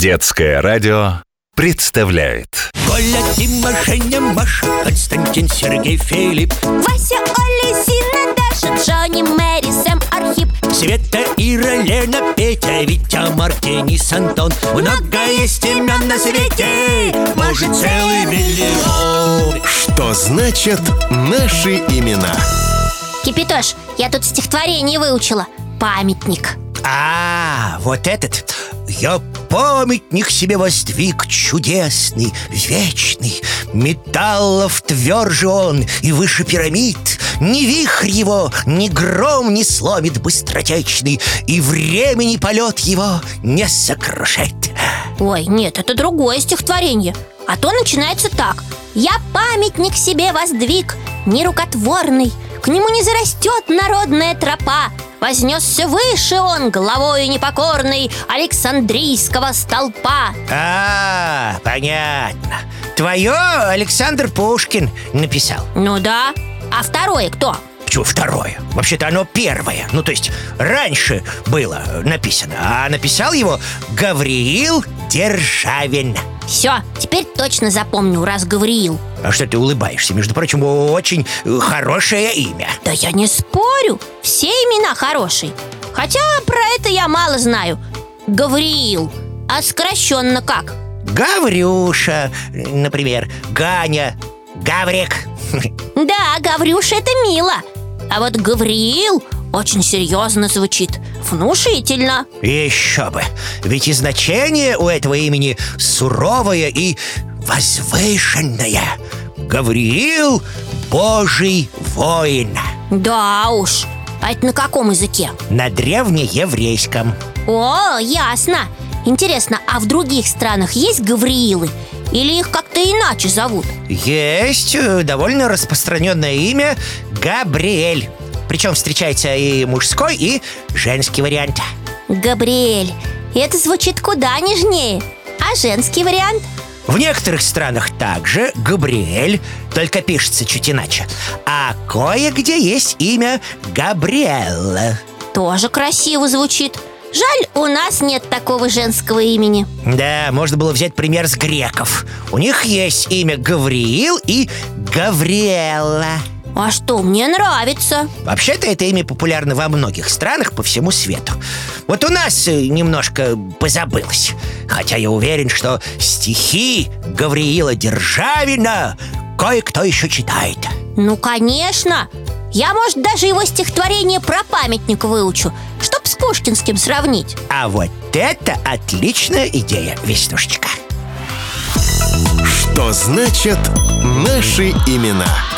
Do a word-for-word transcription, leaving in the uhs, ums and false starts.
Детское радио представляет. Коля, Дима, Женя, Маша, Константин, Сергей, Филипп, Вася, Оля, Зина, Даша, Джонни, Мэри, Сэм, Архип, Света, Ира, Лена, Петя, Витя, Марк, Денис, Антон. Много есть имен на свете, может, целый миллион. Что значит наши имена? Кипятош, я тут стихотворение выучила. Памятник. А, вот этот. Я памятник себе воздвиг чудесный, вечный. Металлов тверже он и выше пирамид. Ни вихрь его, ни гром не сломит быстротечный, и времени полет его не сокрушит. Ой, нет, это другое стихотворение. А то начинается так: я памятник себе воздвиг, нерукотворный, к нему не зарастет народная тропа. Вознесся выше он главою непокорной Александрийского столпа. А, понятно. Твое Александр Пушкин написал. Ну да. А второе кто? Почему второе? Вообще-то оно первое. Ну, то есть раньше было написано, а написал его Гавриил Державин. Все, теперь точно запомню, раз Гавриил. А что ты улыбаешься? Между прочим, очень хорошее имя. Да я не спорю, все имена хорошие. Хотя про это я мало знаю. Гавриил, а сокращенно как? Гаврюша, например, Ганя, Гаврик. Да, Гаврюша, это мило. А вот Гавриил очень серьезно звучит, внушительно. Еще бы, ведь и значение у этого имени суровое и возвышенное. Гавриил – Божий воин. Да уж, а это на каком языке? На древнееврейском. О, ясно. Интересно, а в других странах есть Гавриилы? Или их как-то иначе зовут? Есть довольно распространенное имя Габриэль. Причем встречается и мужской, и женский вариант. Габриэль. Это звучит куда нежнее. А женский вариант? В некоторых странах также Габриэль, только пишется чуть иначе. А кое-где есть имя Габриэлла. Тоже красиво звучит. Жаль, у нас нет такого женского имени. Да, можно было взять пример с греков. У них есть имя Гавриил и Гавриэлла. А что, мне нравится. Вообще-то это имя популярно во многих странах по всему свету. Вот у нас немножко позабылось. Хотя я уверен, что стихи Гавриила Державина кое-кто еще читает. Ну, конечно. Я, может, даже его стихотворение про памятник выучу, чтоб с пушкинским сравнить. А вот это отличная идея, Веснушечка. Что значит наши имена?